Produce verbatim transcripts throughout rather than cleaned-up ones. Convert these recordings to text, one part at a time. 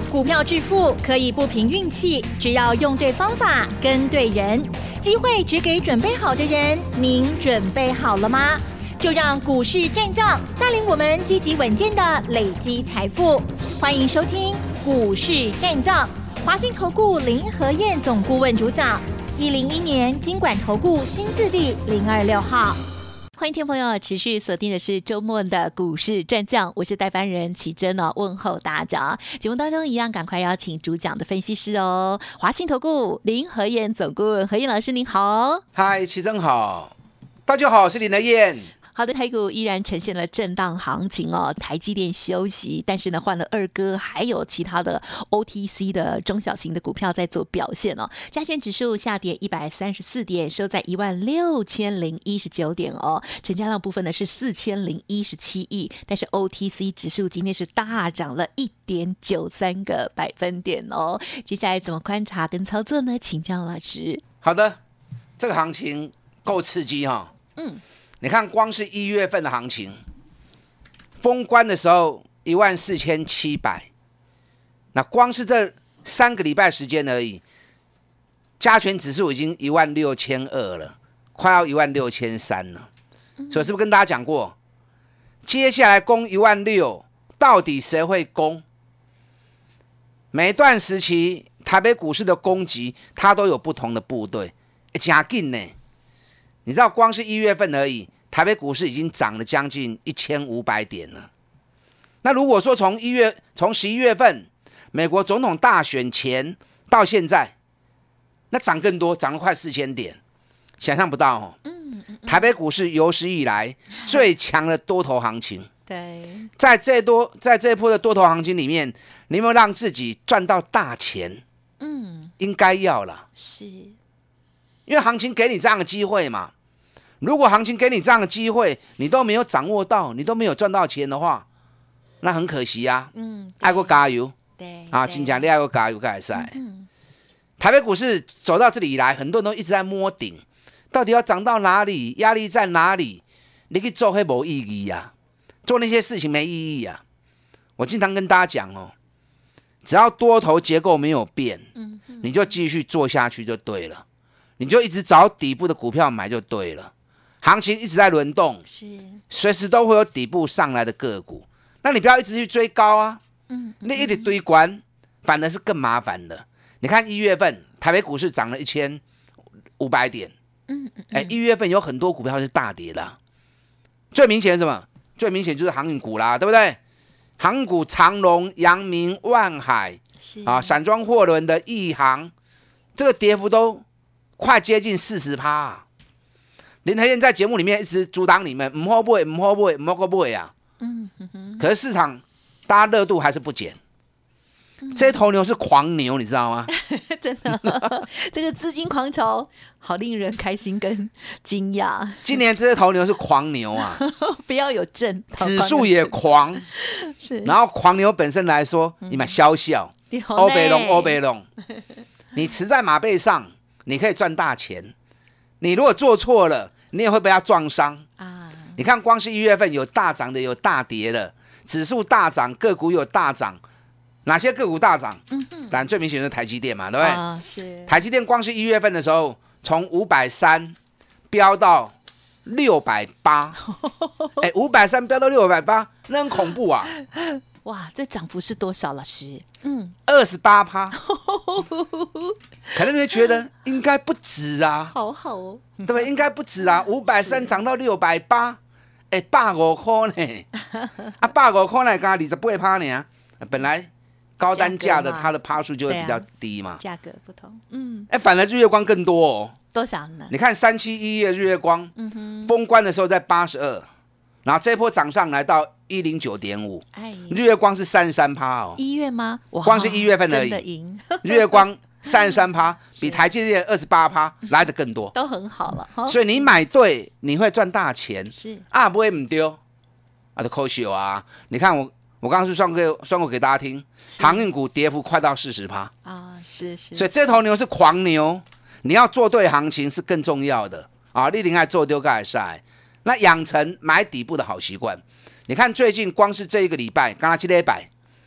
股票致富可以不凭运气，只要用对方法、跟对人。机会只给准备好的人，您准备好了吗？就让股市战将带领我们积极稳健的累积财富。欢迎收听股市战将，华信投顾林和彥总顾问主讲，一零一年金管投顾新字第零二六号。欢迎听众朋友持续锁定的是周末的股市战将，我是代班人奇珍哦，问候大家。节目当中一样赶快邀请主讲的分析师哦，华信投顾林和彥总顾问，和彥老师您好。 嗨，奇珍好，大家好，我是林和彥。 好的，台股依然呈现了震荡行情哦，台积电休息，但是呢换了二哥，还有其他的 O T C 的中小型的股票在做表现哦。加权指数下跌一百三十四点，收在一万六千零一十九点哦。成交量部分呢是四千零一十七亿，但是 O T C 指数今天是大涨了一点九三个百分点哦。接下来怎么观察跟操作呢？请教老师。 好的，这个行情够刺激哈、哦。嗯。你看，光是一月份的行情，封关的时候一万四千七百，那光是这三个礼拜时间而已，加权指数已经一万六千二了，快要一万六千三了。所以是不是跟大家讲过，接下来攻一万六，到底谁会攻？每段时期台北股市的攻击，它都有不同的部队，很紧呢。你知道，光是一月份而已，台北股市已经涨了将近一千五百点了。那如果说从一月，从十一月份美国总统大选前到现在，那涨更多，涨了快四千点，想象不到哦。嗯嗯、台北股市有史以来最强的多头行情。 对， 在这多，在这一波的多头行情里面，你有没有让自己赚到大钱？嗯，应该要啦。 是。 因为行情给你这样的机会嘛，如果行情给你这样的机会，你都没有掌握到，你都没有赚到钱的话，那很可惜啊。嗯，爱过加油，对啊，真正你爱过加油，该赛。嗯，台北股市走到这里以来，很多人都一直在摸顶，到底要涨到哪里？压力在哪里？你去做那没意义啊，做那些事情没意义啊。我经常跟大家讲哦，只要多头结构没有变，嗯，你就继续做下去就对了。你就一直找底部的股票买就对了，行情一直在轮动，是随时都会有底部上来的个股，那你不要一直去追高啊，嗯，你一直堆关，反而是更麻烦的。你看一月份台北股市涨了一千五百点，嗯嗯，哎，一月份有很多股票是大跌的，最明显是什么？最明显就是航运股啦，对不对？航运股长荣、阳明、万海，啊，散装货轮的亿航，这个跌幅都快接近 百分之四十、啊、林和彥在节目里面一直阻挡你们不好买不好买不好买啊、嗯、可是市场大家热度还是不减、嗯、这头牛是狂牛你知道吗？ 真的这个资金狂潮好令人开心跟惊讶。 今年这头牛是狂牛啊不要有震， 指数也狂是，然后狂牛本身来说、嗯、你买消笑欧北龙欧北龙你骑在马背上你可以赚大钱，你如果做错了你也会被它撞伤啊！你看光是一月份有大涨的有大跌的，指数大涨个股有大涨，哪些个股大涨？嗯，当然最明显就是台积电嘛，对不对？啊，是。台积电光是一月份的时候从五百三飙到六百八，哎，五百三飙到六百八，那很恐怖啊！ 哇，这涨幅是多少，老师？嗯， 二十八趴，可能你会觉得应该不止啊， 好好哦， 对不对？应该不止啊，五百三涨到六百八，哎，百五块呢，啊，百五块呢，刚二十八趴呢，本来高单价的它的趴数就会比较低嘛， 价格不同，嗯， 哎，反而日月光更多哦， 多少呢？ 你看三七一月日月光，嗯哼，封关的时候在八十二。然后这一波涨上来到一零九点五，日月光是三十三趴哦， 一月吗？ 光是一月份而已，日月光三十三趴，比台积电二十八趴来的更多， 都很好了。 所以你买对，你会赚大钱。 是啊，不会唔丢，啊，就可惜啊。你看我，我刚刚是算过算过给大家听，航运股跌幅快到四十趴啊，是是。 所以这头牛是狂牛，你要做对行情是更重要的啊。你另外做丢盖赛。那养成买底部的好习惯，你看最近光是这一个礼拜，刚刚这礼拜，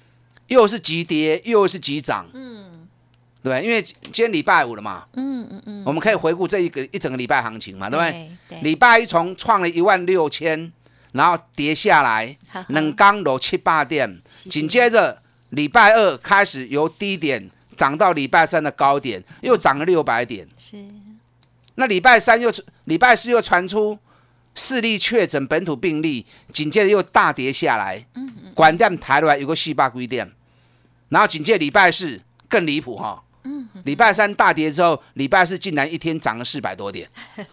又是急跌又是急涨，嗯，对，因为今天礼拜五了嘛，嗯嗯嗯，我们可以回顾这一个一整个礼拜行情嘛，对不对？对，礼拜一从创了一万六千，然后跌下来，两天落七八点，紧接着礼拜二开始由低点涨到礼拜三的高点，又涨了六百点，是。那礼拜三又礼拜四又传出四例确诊本土病例，紧接着又大跌下来，嗯嗯，关店抬落来有个四百几点，然后紧接着礼拜四更离谱哈，嗯，礼拜三大跌之后，礼拜四竟然一天涨了四百多点，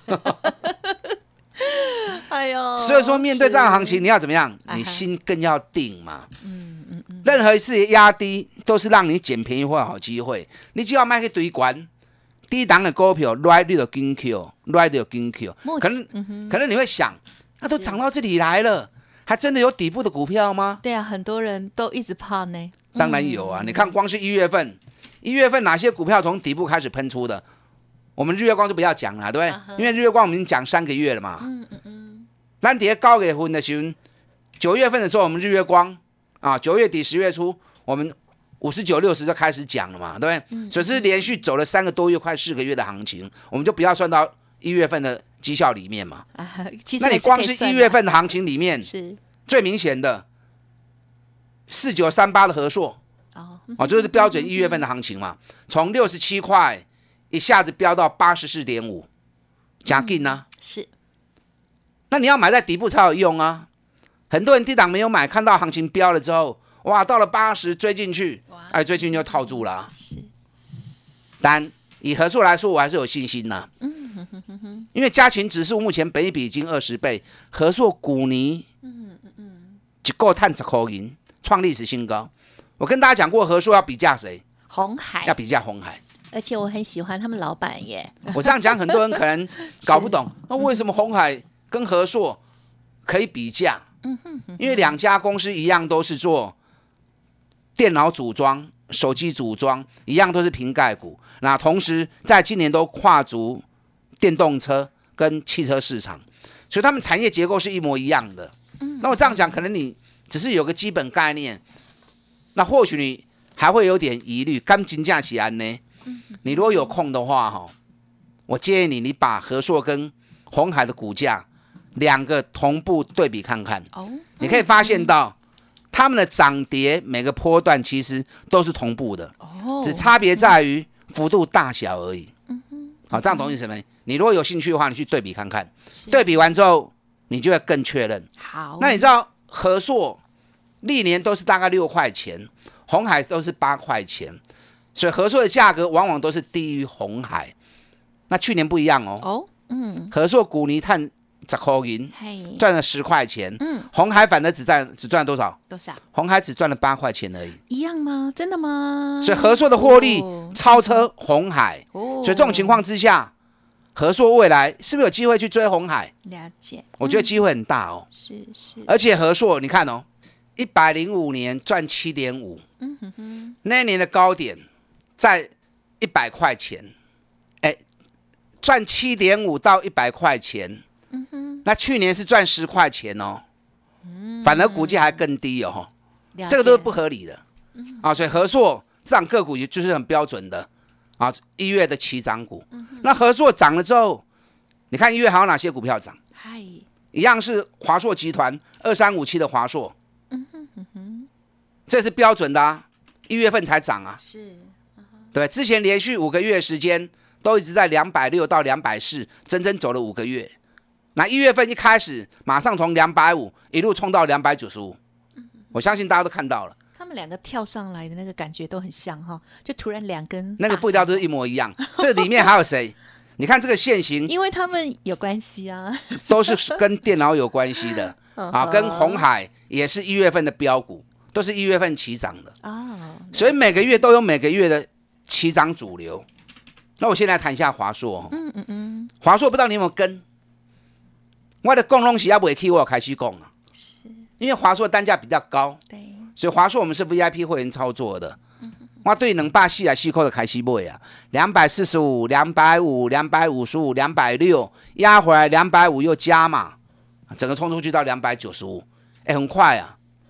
哎呦，所以说面对这样的行情，你要怎么样？你心更要定嘛，嗯嗯嗯，任何一次压低都是让你捡便宜或好机会，你只要卖去堆关。低档的股票 ，right 就跟 Q，right 就跟 Q， 可能、嗯、可能你会想，那都涨到这里来了，还真的有底部的股票吗？ 对啊，很多人都一直怕呢。 当然有啊，嗯、你看光是一月份，一月份哪些股票从底部开始喷出的？我们日月光就不要讲了，对不对？ Uh-huh. 因为日月光我们已经讲三个月了嘛。嗯嗯嗯。咱在高月份的时候，九月份的时候，我们日月光啊，九月底十月初，我们。五十九、六十就开始讲了嘛，对不对？嗯、所以是连续走了三个多月、快四个月的行情，我们就不要算到一月份的绩效里面嘛。啊、那你光是一月份的行情里面，是最明显的四九三八的和硕，哦，哦，就是标准一月份的行情嘛，从六十七块一下子飙到八十四点五，加劲啊！是，那你要买在底部才有用啊。很多人低档没有买，看到行情飙了之后。哇，到了八十追进去，哎，追进去就套住了、啊。是，但以和硕来说，我还是有信心呐、啊。嗯哼哼哼，因为加权指数目前本益比已经二十倍，和硕股尼，嗯嗯嗯，一个碳十块银，创历史新高。我跟大家讲过，和硕要比价谁？ 鸿海， 要比价鸿海。 而且我很喜欢他们老板耶。 我这样讲，很多人可能搞不懂，那为什么鸿海跟和硕可以比价？嗯哼哼，因为两家公司一样都是做。电脑组装、手机组装一样都是瓶盖股，那同时在今年都跨足电动车跟汽车市场，所以他们产业结构是一模一样的。那我这样讲，可能你只是有个基本概念，那或许你还会有点疑虑，干金价起安呢？你如果有空的话，哈，我建议你，你把和硕跟鸿海的股价两个同步对比看看，你可以发现到。他们的涨跌每个波段其实都是同步的，哦、只差别在于幅度大小而已。嗯哼，好，这样懂意思没？你如果有兴趣的话，你去对比看看，对比完之后，你就会更确认。好，那你知道和硕历年都是大概六块钱，鸿海都是八块钱，所以和硕的价格往往都是低于鸿海。那去年不一样哦。哦，嗯，和硕股尼碳。十块银赚了十块钱，嗯，鸿海反而只赚只赚了多少？多少？鸿海只赚了八块钱而已。 一样吗？真的吗？ 所以和硕的获利超车鸿海，哦、所以这种情况之下，和硕未来是不是有机会去追鸿海？ 了解， 我觉得机会很大哦。是、嗯、是，而且和硕你看哦，一百零五年赚七点五，嗯哼哼，那一年的高点在一百块钱，哎，赚七点五到一百块钱。嗯哼，那去年是赚十块钱哦，嗯、反而股价还更低哦，这个都是不合理的、嗯、啊。所以和硕这档个股就是很标准的啊，一月的起涨股。嗯、那和硕涨了之后，你看一月还有哪些股票涨？嗨，一样是华硕集团二三五七的华硕，嗯哼哼哼，这是标准的啊，一月份才涨啊。是，嗯、对，之前连续五个月时间都一直在两百六到两百四，整整走了五个月。那一月份一开始，马上从两百五一路冲到两百九十五，我相信大家都看到了。 他们两个跳上来的那个感觉都很像哈，就突然两根那个步调都是一模一样。这里面还有谁？你看这个线型， 因为他们有关系啊， 都是跟电脑有关系的啊，跟鸿海也是一月份的标股，都是一月份起涨的啊，所以每个月都有每个月的起涨主流。那我先来谈一下华硕，嗯嗯嗯，华硕不知道你有没有跟？我的讲东西也不会去，我有开始讲啊，是因为华硕单价比较高，对，所以华硕我们是 V I P 会员操作的。嗯、我对两百四十四块的开始买啊，两百四十五、两百五、两百五十五、两百六，压回来两百五又加嘛，整个冲出去到两百九十五，哎，很快啊！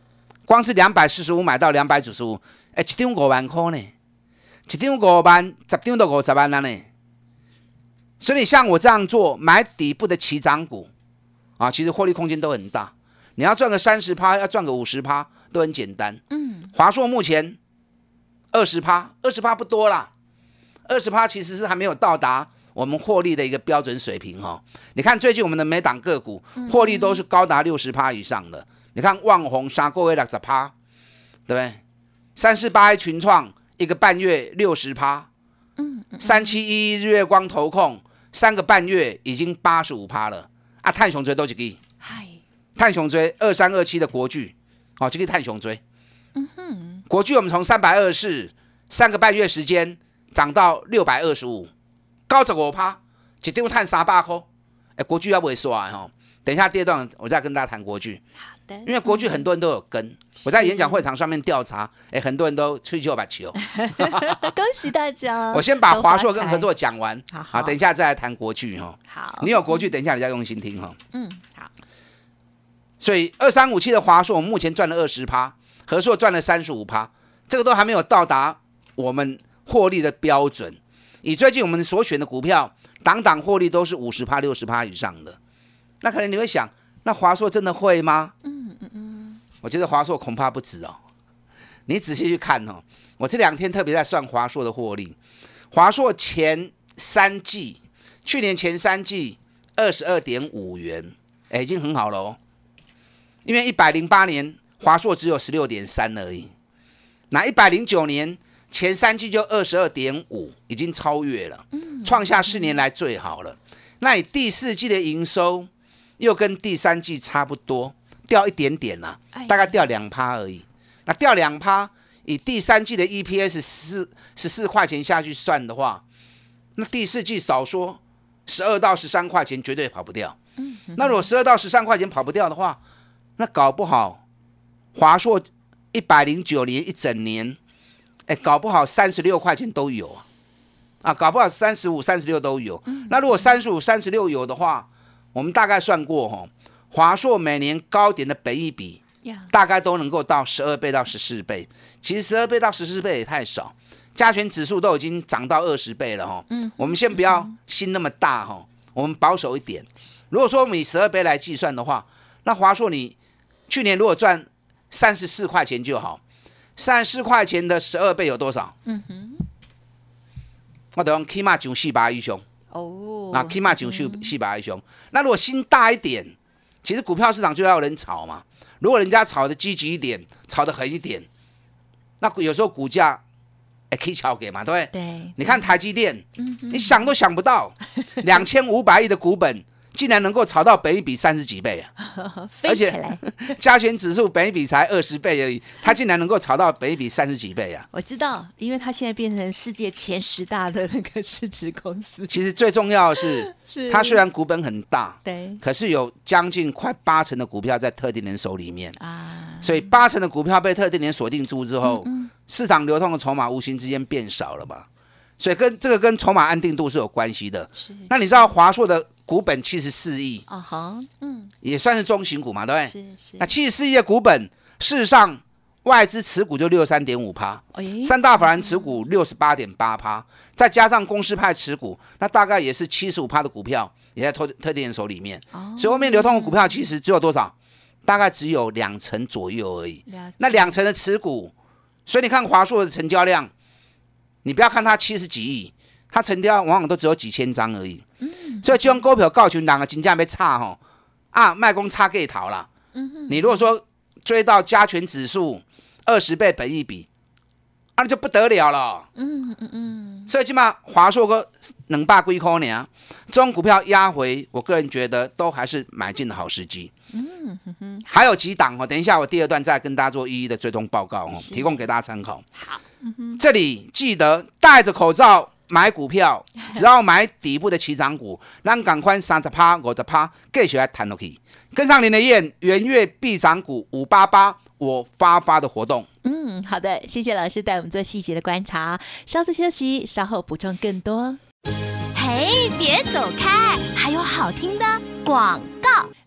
光是两百四十五买到两百九十五，哎，一张五万块呢，一张五万，十张都五十万了呢。所以像我这样做，买底部的起涨股啊，其实获利空间都很大。你要赚个三十趴，要赚个五十趴，都很简单。嗯，华硕目前二十趴，二十趴不多啦，二十趴其实是还没有到达我们获利的一个标准水平哈、哦。你看最近我们的每档个股获利都是高达六十趴以上的。你看旺宏三个月六十趴，对不对？三四八群创一个半月六十趴，嗯，三七一日月光投控三个半月已经八十五趴了啊！碳熊追都几个？嗨，碳熊追二三二七的国巨，哦，这个碳熊追，嗯哼，国巨我们从三百二十四三个半月时间涨到六百二十五，高十五趴，一张碳三百块，哎，国巨要不会刷哈？等一下第二段我再跟大家谈国巨。因为国巨很多人都有跟，我在演讲会场上面调查，哎，很多人都吹球把球。 恭喜大家！ 我先把华硕跟合作讲完， 好, 好， 等一下再来谈国巨哈。 好， 你有国巨，等一下你再用心听哈。 嗯，好。 所以二三五七的华硕，我们目前赚了二十趴，合硕赚了三十五趴，这个都还没有到达我们获利的标准。以最近我们所选的股票，档档获利都是五十趴、六十趴以上的。那可能你会想，那华硕真的会吗？嗯。我觉得华硕恐怕不止哦，你仔细去看哦。我这两天特别在算华硕的获利，华硕前三季，去年前三季二十二点五元，哎，已经很好了哦。因为一百零八年华硕只有十六点三而已，那一百零九年前三季就二十二点五，已经超越了，创下四年来最好了。那你第四季的营收又跟第三季差不多。掉一点点啦、啊，大概掉两趴而已。那掉两趴，以第三季的 E P S 十十四块钱下去算的话，那第四季少说十二到十三块钱绝对跑不掉。嗯、那如果十二到十三块钱跑不掉的话，那搞不好华硕一百零九年一整年，哎，搞不好三十六块钱都有啊，啊，搞不好三十五、三十六都有。嗯、那如果三十五、三十六有的话，我们大概算过哈。华硕每年高点的本益比大概都能够到十二倍到十四倍，其实十二倍到十四倍也太少，加权指数都已经涨到二十倍了哈。嗯，我们先不要心那么大哈，我们保守一点。如果说我们以十二倍来计算的话，那华硕你去年如果赚三十四块钱就好，三十四块钱的十二倍有多少？嗯哼，我得用起码上四百以上哦，那起码上四百以上。那如果心大一点。其实股票市场就要有人炒嘛，如果人家炒的积极一点，炒的狠一点，那有时候股价也可以炒给嘛，对不对？对。你看台积电，嗯、你想都想不到，两千五百亿的股本，竟然能够炒到本益比三十几倍啊！而且加权指数本益比才二十倍而已，它竟然能够炒到本益比三十几倍啊！ 我知道，因为它现在变成世界前十大的那个市值公司。 其实最重要的是，是它虽然股本很大， 对， 可是有将近快八成的股票在特定人手里面啊，所以八成的股票被特定人锁定住之后，嗯嗯市场流通的筹码无形之间变少了嘛，所以跟这个跟筹码安定度是有关系的。是，那你知道华硕的股本七十四亿，啊哈，嗯，也算是中型股嘛，对不对？是是。那七十四亿的股本，事实上外资持股就六十三点五趴，三大法人持股六十八点八趴，再加上公司派持股，那大概也是七十五趴的股票也在特特定人手里面。哦，所以后面流通的股票其实只有多少？大概只有两成左右而已。那两成的持股，所以你看华硕的成交量，你不要看它七十几亿，它成交往往都只有几千张而已。嗯，所以这种股票告群人的真正要差吼啊，卖讲差价头啦。嗯，你如果说追到加权指数二十倍本益比，啊，那就不得了了。嗯嗯嗯。所以起码华硕个两百几块呢，这种股票压回，我个人觉得都还是买进的好时机。嗯哼哼。还有几档哦，等一下我第二段再跟大家做一一的追踪报告哦，提供给大家参考。好。嗯哼。这里记得戴着口罩买股票，只要买底部的起涨股，咱赶快三十趴、五十趴，继续来谈下去。跟上林的燕，元月必涨股五八八，我发发的活动。 嗯，好的，谢谢老师带我们做细节的观察。稍作休息，稍后补充更多。嘿，别走开，还有好听的广告。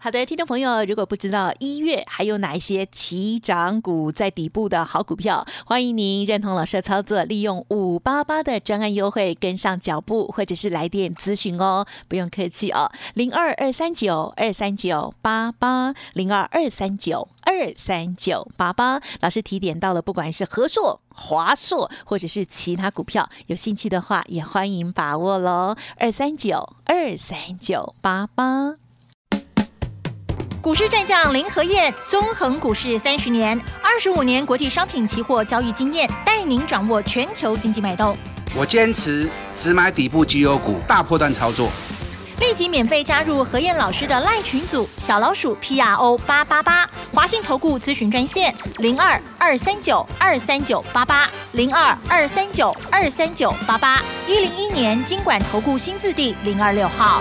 好的，听众朋友，如果不知道一月还有哪一些起涨股在底部的好股票，欢迎您认同老师的操作，利用五八八的专案优惠跟上脚步，或者是来电咨询哦，不用客气哦，零二二三九二三九八八零二二三九二三九八八。老师提点到了，不管是和硕、华硕或者是其他股票，有兴趣的话也欢迎把握喽，二三九二三九八八。股市战将林和彥，纵横股市三十年，二十五年国际商品期货交易经验，带您掌握全球经济脉动。 我坚持只买底部绩优股，大波段操作。 立即免费加入和彥老师的赖群组，小老鼠 P R O 八八八，华信投顾咨询专线零二二三九二三九八八零二二三九二三九八八，一零一年金管投顾新字第零二六号。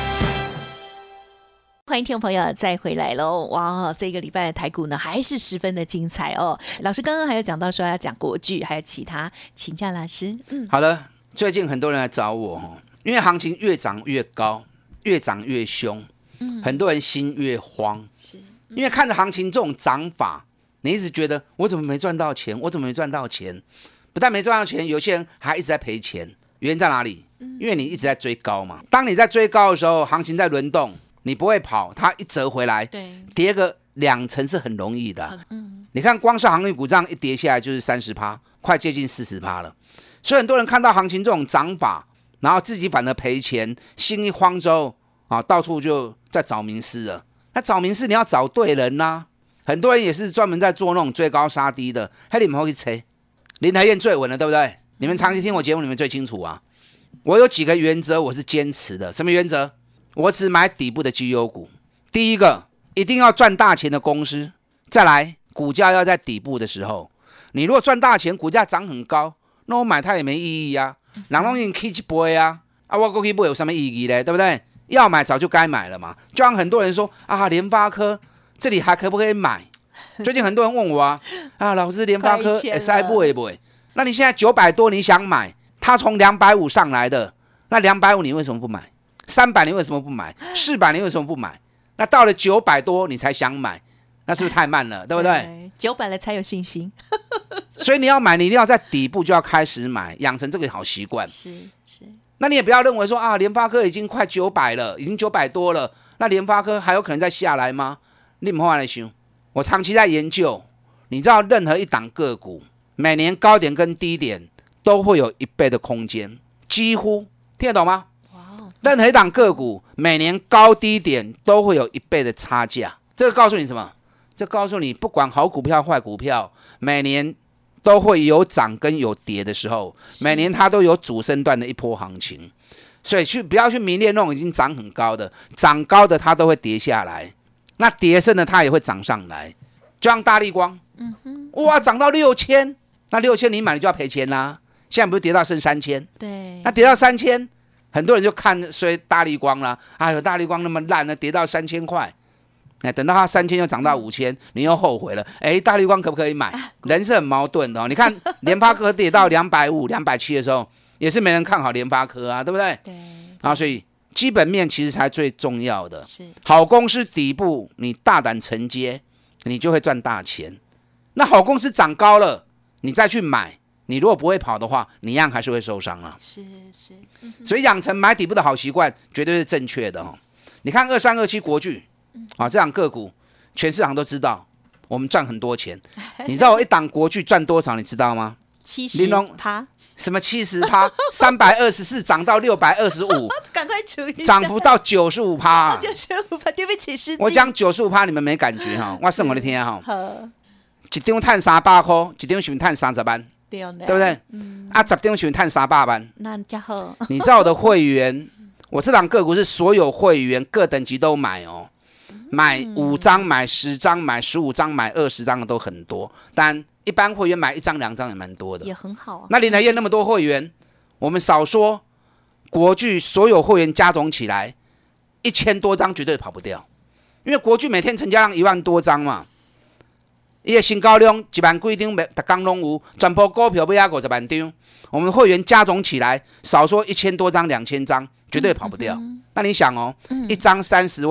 欢迎听众朋友再回来喽！哇，这个礼拜的台股呢还是十分的精彩哦。老师刚刚还有讲到说要讲国剧，还有其他，请教老师。嗯， 好的。最近很多人来找我，因为行情越涨越高，越涨越凶，嗯，很多人心越慌，是、嗯、因为看着行情这种涨法，你一直觉得我怎么没赚到钱？我怎么没赚到钱？不但没赚到钱，有些人还一直在赔钱。原因在哪里？因为你一直在追高嘛。当你在追高的时候，行情在轮动。你不会跑，它一折回来，跌个两成是很容易的、啊嗯。你看，光是航运股这样一跌下来就是三十趴，快接近四十趴了。所以很多人看到行情这种涨法，然后自己反而赔钱，心一慌之后啊，到处就在找名师了。那找名师你要找对人呐、啊。很多人也是专门在做那种追高杀低的，还你们会去吹。林台燕最稳了，对不对？你们长期听我节目，你们最清楚啊。我有几个原则，我是坚持的。什么原则？我只买底部的绩优股。第一个，一定要赚大钱的公司。再来，股价要在底部的时候，你如果赚大钱，股价涨很高，那我买它也没意义啊。人都已经起一倍啊，啊，我过去买有什么意义呢？对不对？要买早就该买了嘛。就像很多人说啊，联发科这里还可不可以买？最近很多人问我啊，啊，老师联发科会使买不买？那你现在九百多，你想买，它从两百五上来的，那两百五你为什么不买？三百你为什么不买？四百你为什么不买？那到了九百多你才想买，那是不是太慢了？对不对？ 九百了才有信心。 所以你要买，你一定要在底部就要开始买，养成这个好习惯。 是是。 那你也不要认为说啊，联发科已经快九百了，已经九百多了，那联发科还有可能再下来吗？你不要来想，我长期在研究，你知道任何一档个股，每年高点跟低点都会有一倍的空间，几乎听得懂吗？任何一档个股每年高低点都会有一倍的差价，这个告诉你什么？这告诉你，不管好股票坏股票，每年都会有涨跟有跌的时候，每年它都有主升段的一波行情，所以去不要去迷恋那种已经涨很高的，涨高的它都会跌下来，那跌深的它也会涨上来，就像大立光，嗯哼，哇，涨到六千，那六千你买了就要赔钱啦，现在不是跌到剩三千， 对， 那跌到三千。很多人就看衰大立光了，哎呦，大立光那么烂呢，跌到三千块，哎，等到它三千又涨到五千，你又后悔了，哎，大立光可不可以买？人是很矛盾的哦。你看联发科跌到两百五、两百七的时候，也是没人看好联发科啊，对不对？ 对。 啊，所以基本面其实才最重要的。是。好公司底部，你大胆承接，你就会赚大钱。那好公司涨高了，你再去买。你如果不会跑的话，你一样还是会受伤啊。 是是、嗯， 所以养成买底部的好习惯，绝对是正确的哦。你看二三二七国巨，啊，这档个股，全市场都知道，我们赚很多钱。你知道我一档国巨赚多少？你知道吗？ 七十趴。 什么七十趴？三百二十四涨到六百二十五， 赶快除一下， 涨幅到九十五趴。 九十五趴，对不起，司机。 我讲九十五趴，你们没感觉哈？我算我的天哈！一张赚三百块，一张是不是赚三十万？对不对？嗯、啊，十张选赚三百万， 那加好。 你知道我的会员，我这档个股是所有会员各等级都买哦，买五张、买十张、买十五张、买二十张的都很多，但一般会员买一张、两张也蛮多的， 也很好啊。 那林台燕那么多会员，我们少说国巨所有会员加总起来一千多张绝对跑不掉，因为国巨每天成交量一万多张嘛。伊的新高量一万几张，每天拢有，全部股票要五十万张。我们会员加总起来，少说一千多张、两千张，绝对跑不掉。嗯、那你想哦，嗯、一张三十万，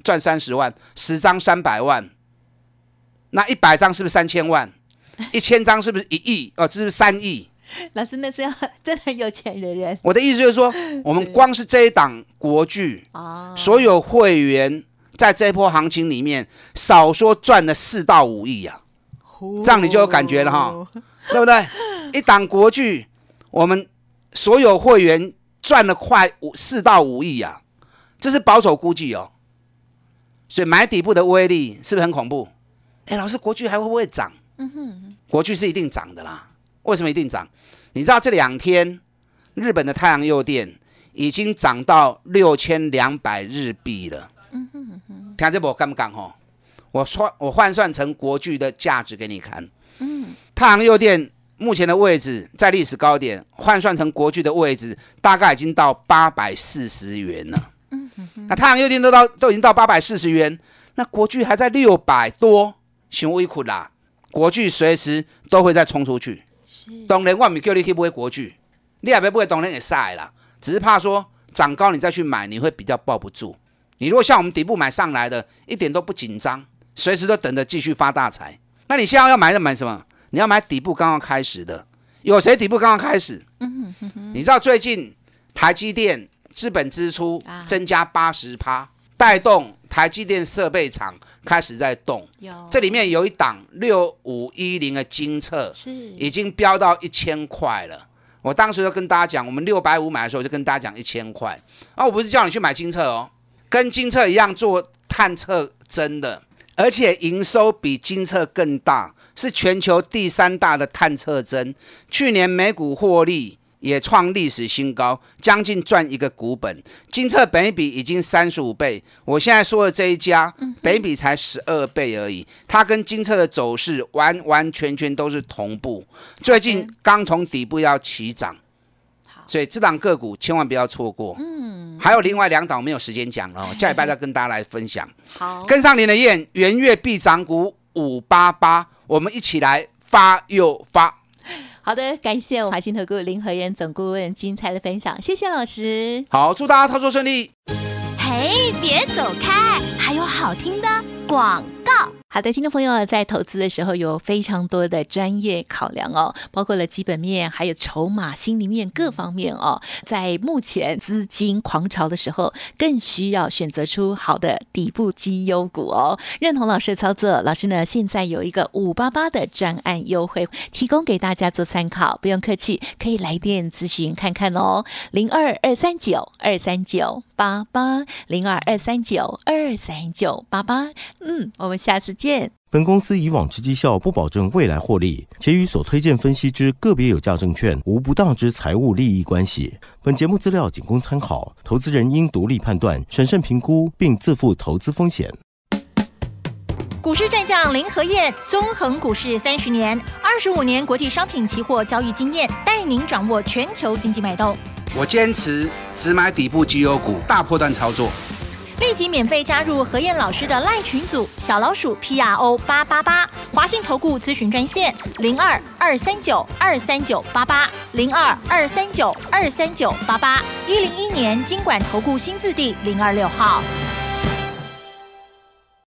赚三十万，十张三百万，那一百张是不是三千万？一千张是不是一亿？哦，这是三亿。 老师，那是要真的很有钱的人。 我的意思就是说，我们光是这一档国巨，所有会员在这一波行情里面，少说赚了四到五亿啊，这样你就有感觉了哈，对不对？一档国巨，我们所有会员赚了快四到五亿啊，这是保守估计哦。所以买底部的威力是不是很恐怖？哎，老师，国巨还会不会涨？嗯哼，国巨是一定涨的啦。为什么一定涨？你知道这两天日本的太阳诱电已经涨到六千两百日币了。嗯哼哼，听这我敢不敢吼？我算我换算成国巨的价值给你看。嗯，太阳诱电目前的位置在历史高点，换算成国巨的位置，大概已经到八百四十元了。嗯哼哼，那太阳诱电都到都已经到八百四十元，那国巨还在六百多，太委屈啦。国巨随时都会再冲出去。当然我不叫你去买国巨，你也要买当然也晒啦，只是怕说涨高你再去买，你会比较抱不住。你如果像我们底部买上来的，一点都不紧张，随时都等着继续发大财。那你现在要买的买什么？你要买底部刚刚开始的。有谁底部刚刚开始？嗯哼哼，你知道最近台积电资本支出增加 百分之八十， 带动台积电设备厂开始在动。这里面有一档六五一零的精测，已经飙到一千块了。我当时就跟大家讲，我们六百五买的时候就跟大家讲一千块。啊，我不是叫你去买精测哦，跟精测一样做探测针的，而且营收比精测更大，是全球第三大的探测针。去年每股获利也创历史新高，将近赚一个股本。精测本益比已经三十五倍，我现在说的这一家本益比才十二倍而已，它跟精测的走势完完全全都是同步。最近刚从底部要起涨，所以这档个股千万不要错过。嗯，还有另外两档没有时间讲了，下礼拜再跟大家来分享。好，跟上林的燕，元月必涨股五八八，我们一起来发又发。 好的，感谢我华信投顾林和彥总顾问精彩的分享，谢谢老师。 好，祝大家操作顺利。 嘿，别走开，还有好听的广告。好的，听众朋友，在投资的时候有非常多的专业考量哦，包括了基本面，还有筹码、心里面各方面哦。在目前资金狂潮的时候，更需要选择出好的底部绩优股哦。认同老师的操作，老师呢现在有一个五八八的专案优惠，提供给大家做参考，不用客气，可以来电咨询看看哦。零二二三九二三九八八零二二三九二三九八八，嗯，我们下次见。 本公司以往之绩效不保证未来获利，且与所推荐分析之个别有价证券无不当之财务利益关系。本节目资料仅供参考，投资人应独立判断、审慎评估，并自负投资风险。 股市战将林和彥，纵横股市三十年，二十五年国际商品期货交易经验，带您掌握全球经济脉动。 我坚持只买底部绩优股，大波段操作。 立即免费加入和彥老师的赖群组，小老鼠 P R O 八八八，华信投顾咨询专线零二二三九二三九八八零二二三九二三九八八，一零一年金管投顾新字第零二六号。